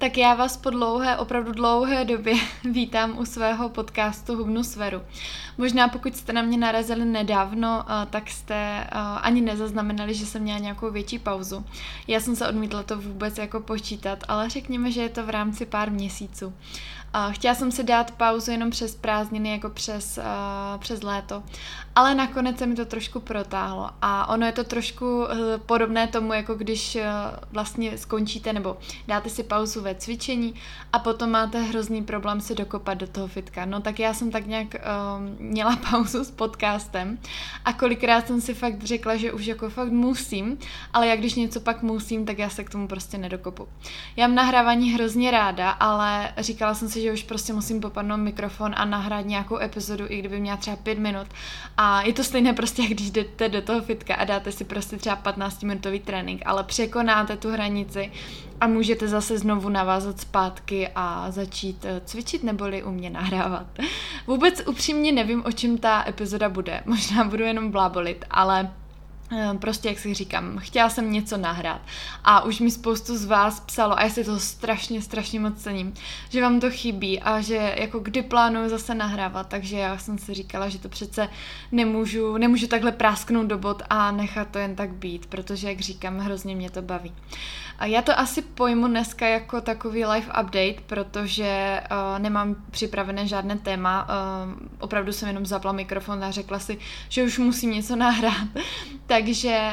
Tak já vás po opravdu dlouhé době vítám u svého podcastu Hubnusféru. Možná pokud jste na mě narazili nedávno, tak jste ani nezaznamenali, že jsem měla nějakou větší pauzu. Já jsem se odmítla to vůbec jako počítat, ale řekněme, že je to v rámci pár měsíců. Chtěla jsem si dát pauzu jenom přes prázdniny, jako přes léto, ale nakonec se mi to trošku protáhlo a ono je to trošku podobné tomu, jako když vlastně skončíte nebo dáte si pauzu ve cvičení a potom máte hrozný problém se dokopat do toho fitka. No tak já jsem tak nějak měla pauzu s podcastem a kolikrát jsem si fakt řekla, že už jako fakt musím, ale jak když něco pak musím, tak já se k tomu prostě nedokopu. Já mám nahrávání hrozně ráda, ale říkala jsem si, že už prostě musím popadnout mikrofon a nahrát nějakou epizodu, i kdyby měla třeba 5 minut. A je to stejné prostě, jak když jdete do toho fitka a dáte si prostě třeba 15-minutový trénink, ale překonáte tu hranici a můžete zase znovu navázat zpátky a začít cvičit neboli u mě nahrávat. Vůbec upřímně nevím, o čem ta epizoda bude. Možná budu jenom blábolit, ale prostě, jak si říkám, chtěla jsem něco nahrát a už mi spoustu z vás psalo a já si to strašně moc cením, že vám to chybí a že jako kdy plánuju zase nahrávat, takže já jsem si říkala, že to přece nemůžu takhle prásknout do bod a nechat to jen tak být, protože, jak říkám, hrozně mě to baví. A já to asi pojmu dneska jako takový live update, protože nemám připravené žádné téma, opravdu jsem jenom zapla mikrofon a řekla si, že už musím něco nahrát. Takže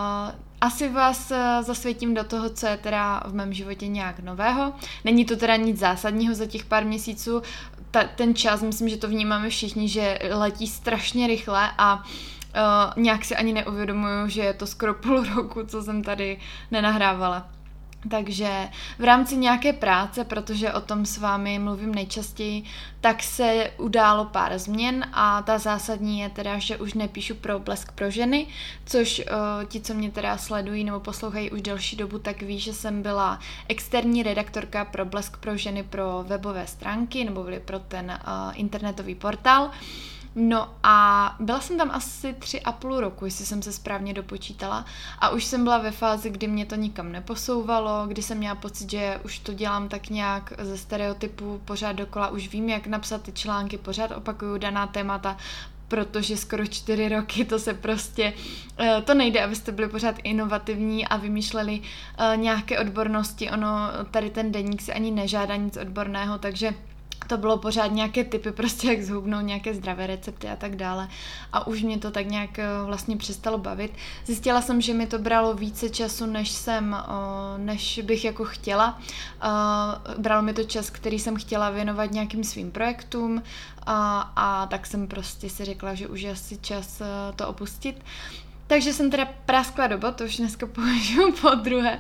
asi vás zasvětím do toho, co je teda v mém životě nějak nového. Není to teda nic zásadního za těch pár měsíců. Ten čas, myslím, že to vnímáme všichni, že letí strašně rychle a nějak si ani neuvědomuju, že je to skoro půl roku, co jsem tady nenahrávala. Takže v rámci nějaké práce, protože o tom s vámi mluvím nejčastěji, tak se událo pár změn a ta zásadní je teda, že už nepíšu pro Blesk pro ženy, což ti, co mě teda sledují nebo poslouchají už delší dobu, tak ví, že jsem byla externí redaktorka pro Blesk pro ženy pro webové stránky nebo pro ten internetový portál. No a byla jsem tam asi 3,5 roku, jestli jsem se správně dopočítala a už jsem byla ve fázi, kdy mě to nikam neposouvalo, kdy jsem měla pocit, že už to dělám tak nějak ze stereotypu pořád dokola, už vím, jak napsat ty články, pořád opakuju daná témata, protože skoro 4 roky to se prostě, to nejde, abyste byli pořád inovativní a vymýšleli nějaké odbornosti, ono tady ten deník si ani nežádá nic odborného, takže to bylo pořád nějaké tipy, prostě jak zhubnout, nějaké zdravé recepty a tak dále. A už mě to tak nějak vlastně přestalo bavit. Zjistila jsem, že mi to bralo více času, než bych jako chtěla. Bralo mi to čas, který jsem chtěla věnovat nějakým svým projektům a tak jsem prostě si řekla, že už je asi čas to opustit. Takže jsem teda praskla do bod, to už dneska použiju po druhé.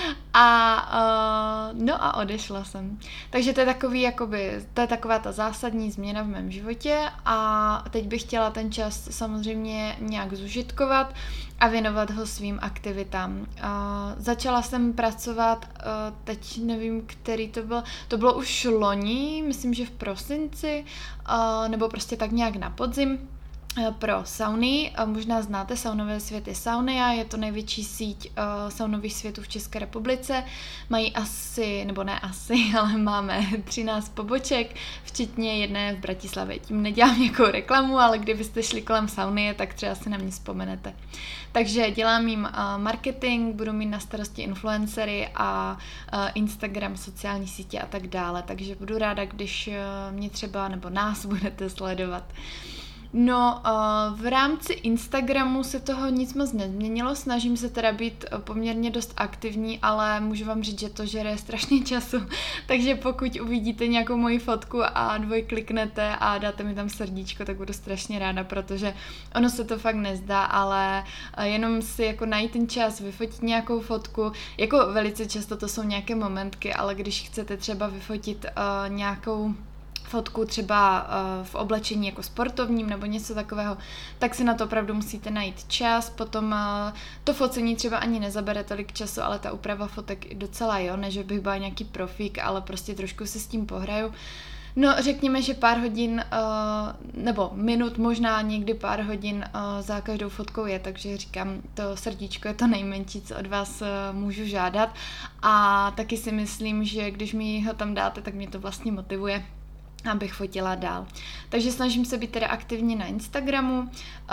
No a odešla jsem. Takže to je taková ta zásadní změna v mém životě a teď bych chtěla ten čas samozřejmě nějak zužitkovat a věnovat ho svým aktivitám. Začala jsem pracovat, teď nevím, který to bylo už loni, myslím, že v prosinci, nebo prostě tak nějak na podzim, pro sauny. Možná znáte Saunové světy Saunia, je to největší síť saunových světů v České republice. Mají ale máme 13 poboček, včetně jedné v Bratislavě. Tím nedělám nějakou reklamu, ale kdybyste šli kolem sauny, tak třeba si na mě vzpomenete. Takže dělám jim marketing, budu mít na starosti influencery a Instagram, sociální sítě a tak dále. Takže budu ráda, když mě třeba nebo nás budete sledovat. No, v rámci Instagramu se toho nic moc nezměnilo, snažím se teda být poměrně dost aktivní, ale můžu vám říct, že to žere strašně času, takže pokud uvidíte nějakou moji fotku a kliknete a dáte mi tam srdíčko, tak budu strašně ráda, protože ono se to fakt nezdá, ale jenom si jako najít ten čas, vyfotit nějakou fotku, jako velice často to jsou nějaké momentky, ale když chcete třeba vyfotit nějakou fotku třeba v oblečení jako sportovním nebo něco takového, tak si na to opravdu musíte najít čas, potom to focení třeba ani nezabere tolik času, ale ta úprava fotek docela jo, ne, že bych byla nějaký profík, ale prostě trošku si s tím pohraju. No, řekněme, že pár hodin, nebo minut, možná někdy pár hodin za každou fotkou je, takže říkám, to srdíčko je to nejmenší, co od vás můžu žádat a taky si myslím, že když mi ho tam dáte, tak mě to vlastně motivuje, abych fotila dál. Takže snažím se být teda aktivně na Instagramu,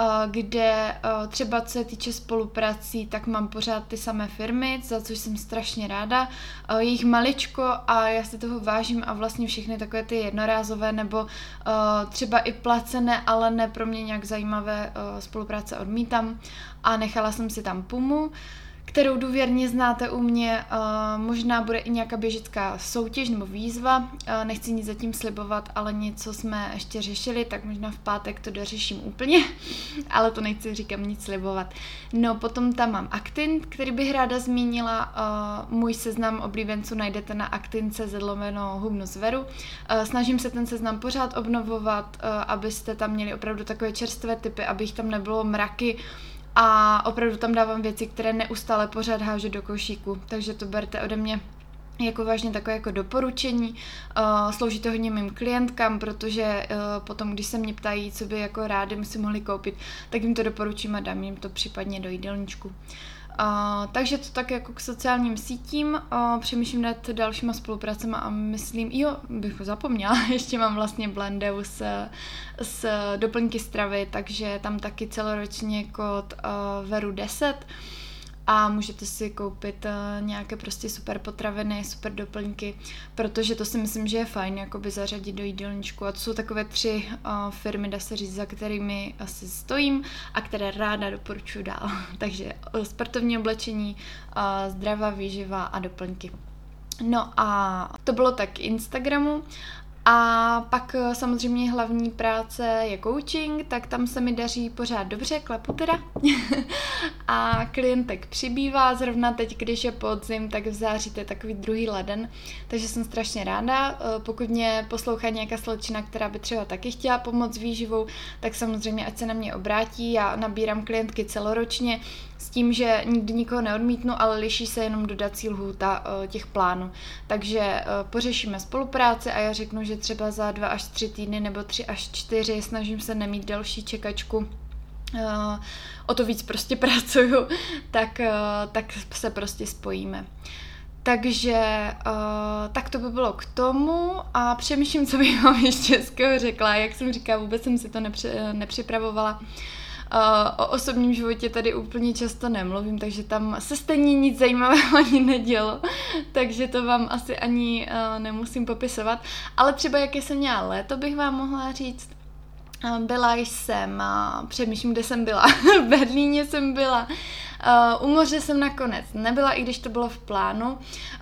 kde třeba co se týče spoluprací, tak mám pořád ty samé firmy, za což jsem strašně ráda. Je jich maličko a já si toho vážím a vlastně všechny takové ty jednorázové nebo třeba i placené, ale ne pro mě nějak zajímavé spolupráce odmítám a nechala jsem si tam Pumu, kterou důvěrně znáte u mě, možná bude i nějaká běžecká soutěž nebo výzva, nechci nic zatím slibovat, ale něco jsme ještě řešili, tak možná v pátek to dořeším úplně, ale to nechci říkám nic slibovat. No potom tam mám Actint, který bych ráda zmínila, můj seznam oblíbenců najdete na actint.cz/hubnusveru. Snažím se ten seznam pořád obnovovat, abyste tam měli opravdu takové čerstvé typy, aby jich tam nebylo mraky, a opravdu tam dávám věci, které neustále pořád hážu do košíku, takže to berte ode mě jako vážně takové jako doporučení. Slouží to hodně mým klientkám, protože potom, když se mě ptají, co by jako rádi si mohli koupit, tak jim to doporučím a dám jim to případně do jídelníčku. Takže to tak jako k sociálním sítím, přemýšlím nad dalšíma spolupracemi a myslím, bych zapomněla, ještě mám vlastně Blendeu s doplňky stravy, takže tam taky celoročně kód VERU10 a můžete si koupit nějaké prostě super potraviny, super doplňky, protože to si myslím, že je fajn jakoby zařadit do jídelníčku a to jsou takové 3 firmy, dá se říct, za kterými asi stojím a které ráda doporučuji dál. Takže sportovní oblečení, zdravá výživa a doplňky. No a to bylo tak k Instagramu. A pak samozřejmě hlavní práce je coaching, tak tam se mi daří pořád dobře, klepu teda. A klientek přibývá, zrovna teď, když je podzim, tak v září to je takový 2. leden, takže jsem strašně ráda. Pokud mě poslouchá nějaká slečna, která by třeba taky chtěla pomoct s výživou, tak samozřejmě ať se na mě obrátí, já nabírám klientky celoročně, s tím, že nikdy nikoho neodmítnu, ale liší se jenom dodací lhůta těch plánů. Takže pořešíme spolupráci a já řeknu, že třeba za 2 až 3 týdny nebo 3 až 4 snažím se nemít další čekačku. O to víc prostě pracuju, tak se prostě spojíme. Takže tak to by bylo k tomu a přemýšlím, co bych vám ještě hezkého řekla. Jak jsem říkala, vůbec jsem si to nepřipravovala. O osobním životě tady úplně často nemluvím, takže tam se stejně nic zajímavého ani nedělo, takže to vám asi ani nemusím popisovat. Ale třeba jaké jsem měla léto, bych vám mohla říct. Byla jsem, přemýšlím, kde jsem byla, v Berlíně jsem byla, u moře jsem nakonec nebyla, i když to bylo v plánu.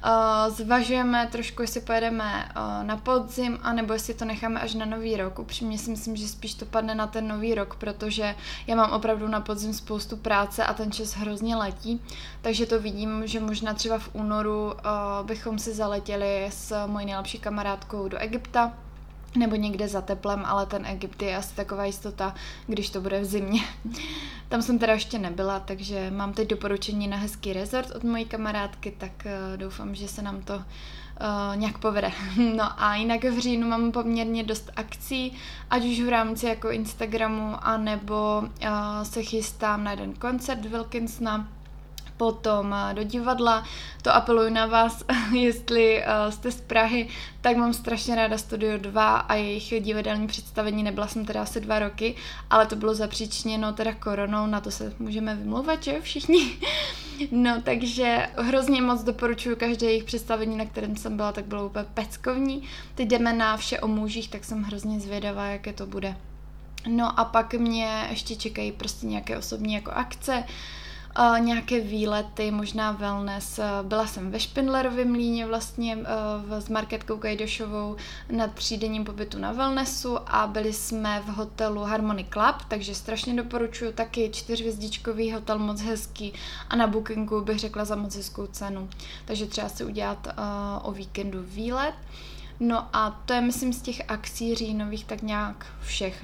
Zvažujeme trošku, jestli pojedeme na podzim, anebo jestli to necháme až na nový rok. Upřímně si myslím, že spíš to padne na ten nový rok, protože já mám opravdu na podzim spoustu práce a ten čas hrozně letí, takže to vidím, že možná třeba v únoru bychom si zaletěli s mojí nejlepší kamarádkou do Egypta, nebo někde za teplem, ale ten Egypt je asi taková jistota, když to bude v zimě. Tam jsem teda ještě nebyla, takže mám teď doporučení na hezký resort od mojí kamarádky, tak doufám, že se nám to nějak povede. No a jinak v říjnu mám poměrně dost akcí, ať už v rámci jako Instagramu, anebo se chystám na jeden koncert Wilkinsona, potom do divadla. To apeluji na vás, jestli jste z Prahy, tak mám strašně ráda Studio 2 a jejich divadelní představení. Nebyla jsem teda asi 2 roky, ale to bylo zapříčněno teda koronou, na to se můžeme vymlouvat, že jo, všichni. No, takže hrozně moc doporučuji každé jejich představení, na kterém jsem byla, tak bylo úplně peckovní. Teď jdeme na Vše o mužích, tak jsem hrozně zvědavá, jaké to bude. No a pak mě ještě čekají prostě nějaké osobní jako akce, nějaké výlety, možná wellness. Byla jsem ve Špindlerově Mlýně vlastně s Marketkou Kajdošovou na 3denním pobytu na wellnessu a byli jsme v hotelu Harmony Club, takže strašně doporučuji, taky 4hvězdičkový hotel, moc hezký a na Bookingu bych řekla za moc hezkou cenu. Takže třeba si udělat o víkendu výlet. No a to je, myslím, z těch akcí říjnových tak nějak všechno.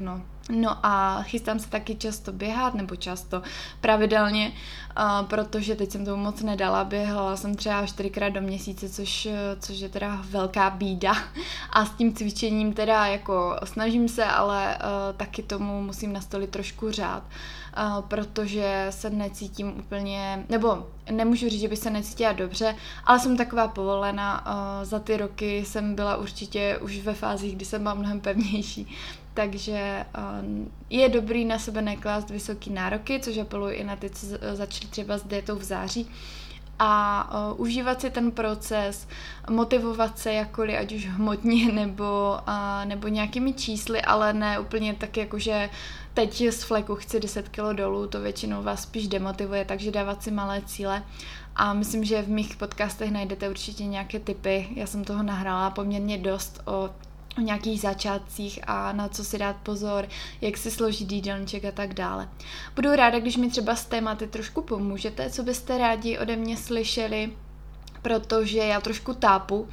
No a chystám se taky často běhat, nebo pravidelně, protože teď jsem tomu moc nedala, běhala jsem třeba 4krát do měsíce, což je teda velká bída a s tím cvičením teda jako snažím se, ale taky tomu musím nastolit trošku řád, protože se necítím úplně, nebo nemůžu říct, že bych se necítila dobře, ale jsem taková povolená, za ty roky jsem byla určitě už ve fázích, kdy jsem byla mnohem pevnější. Takže je dobrý na sebe neklást vysoký nároky, což apeluji i na ty, co začali třeba s dietou v září. A užívat si ten proces, motivovat se jakkoliv, ať už hmotně nebo nějakými čísly, ale ne úplně tak jako, že teď z fleku chci 10 kg dolů, to většinou vás spíš demotivuje, takže dávat si malé cíle. A myslím, že v mých podcastech najdete určitě nějaké tipy. Já jsem toho nahrála poměrně dost o nějakých začátcích a na co si dát pozor, jak si složit jídelníček a tak dále. Budu ráda, když mi třeba s tématy trošku pomůžete, co byste rádi ode mě slyšeli, protože já trošku tápu.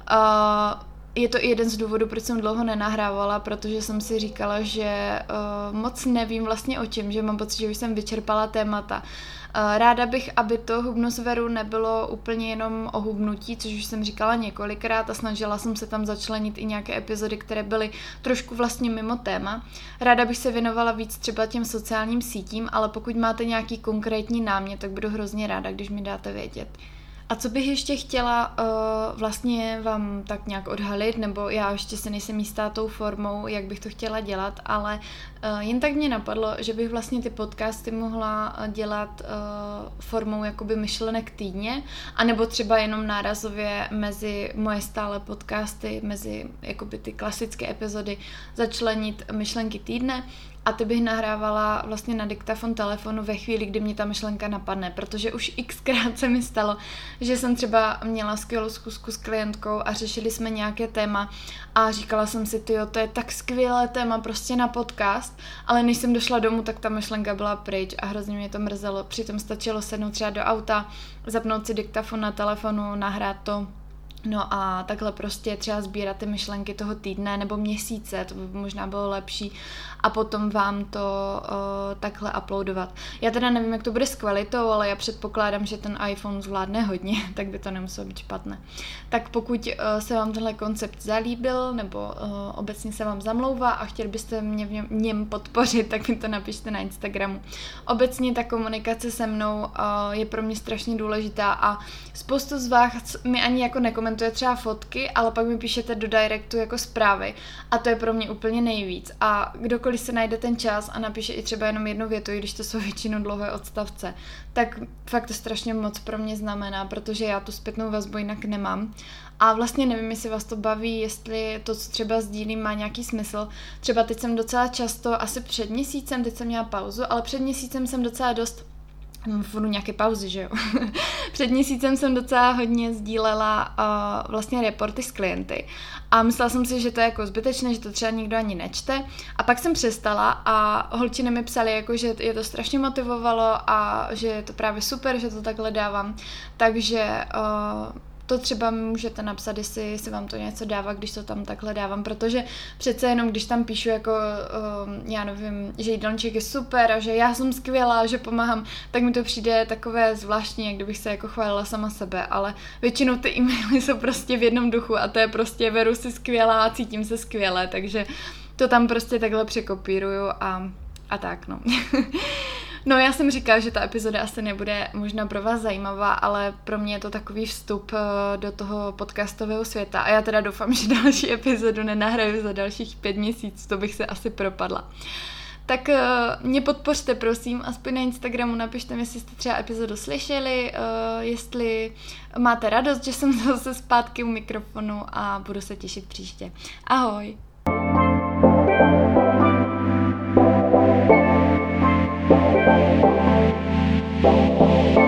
Je to i jeden z důvodů, proč jsem dlouho nenahrávala, protože jsem si říkala, že moc nevím vlastně o čem, že mám pocit, že už jsem vyčerpala témata. Ráda bych, aby to Hubnosféru nebylo úplně jenom o hubnutí, což už jsem říkala několikrát a snažila jsem se tam začlenit i nějaké epizody, které byly trošku vlastně mimo téma. Ráda bych se věnovala víc třeba těm sociálním sítím, ale pokud máte nějaký konkrétní námět, tak budu hrozně ráda, když mi dáte vědět. A co bych ještě chtěla vlastně vám tak nějak odhalit, nebo já ještě se nejsem jistá tou formou, jak bych to chtěla dělat, ale jen tak mě napadlo, že bych vlastně ty podcasty mohla dělat formou jakoby myšlenek týdně, anebo třeba jenom nárazově mezi moje stále podcasty, mezi jakoby ty klasické epizody začlenit myšlenky týdne. A ty bych nahrávala vlastně na diktafon telefonu ve chvíli, kdy mě ta myšlenka napadne, protože už xkrát se mi stalo, že jsem třeba měla skvělou schůzku s klientkou a řešili jsme nějaké téma a říkala jsem si, tyjo, to je tak skvělé téma prostě na podcast, ale než jsem došla domů, tak ta myšlenka byla pryč a hrozně mě to mrzelo. Přitom stačilo sednout třeba do auta, zapnout si diktafon na telefonu, nahrát to. No a takhle prostě třeba sbírat ty myšlenky toho týdne nebo měsíce, to by možná bylo lepší a potom vám to takhle uploadovat. Já teda nevím, jak to bude s kvalitou, ale já předpokládám, že ten iPhone zvládne hodně, tak by to nemuselo být špatné. Tak pokud se vám tenhle koncept zalíbil nebo obecně se vám zamlouvá a chtěli byste mě v něm podpořit, tak mi to napište na Instagramu. Obecně ta komunikace se mnou je pro mě strašně důležitá a spoustu z vás mi ani jako nekomentuje třeba fotky, ale pak mi píšete do directu jako zprávy a to je pro mě úplně nejvíc. A kdokoliv se najde ten čas a napíše i třeba jenom jednu větu, i když to jsou většinou dlouhé odstavce, tak fakt to strašně moc pro mě znamená, protože já tu zpětnou vazbu jinak nemám. A vlastně nevím, jestli vás to baví, jestli to, co třeba sdílím, má nějaký smysl. Třeba teď jsem docela často, asi před měsícem, teď jsem měla pauzu, ale před měsícem jsem docela dost furt nějaké pauzy, že jo. Před měsícem jsem docela hodně sdílela vlastně reporty s klienty a myslela jsem si, že to je jako zbytečné, že to třeba nikdo ani nečte a pak jsem přestala a holčiny mi psaly, jako, že je to strašně motivovalo a že je to právě super, že to takhle dávám, takže to třeba můžete napsat, jestli vám to něco dává, když to tam takhle dávám, protože přece jenom, když tam píšu jako, já nevím, že jídelníček je super a že já jsem skvělá, že pomáhám, tak mi to přijde takové zvláštní, jak kdybych se jako chválila sama sebe, ale většinou ty e-maily jsou prostě v jednom duchu a to je prostě veru si skvělá a cítím se skvěle, takže to tam prostě takhle překopíruju a tak no. No já jsem říkala, že ta epizoda asi nebude možná pro vás zajímavá, ale pro mě je to takový vstup do toho podcastového světa a já teda doufám, že další epizodu nenahraju za dalších 5 měsíců, to bych se asi propadla. Tak mě podpořte prosím, aspoň na Instagramu napište mi, jestli jste třeba epizodu slyšeli, jestli máte radost, že jsem zase zpátky u mikrofonu a budu se těšit příště. Ahoj! Thank you.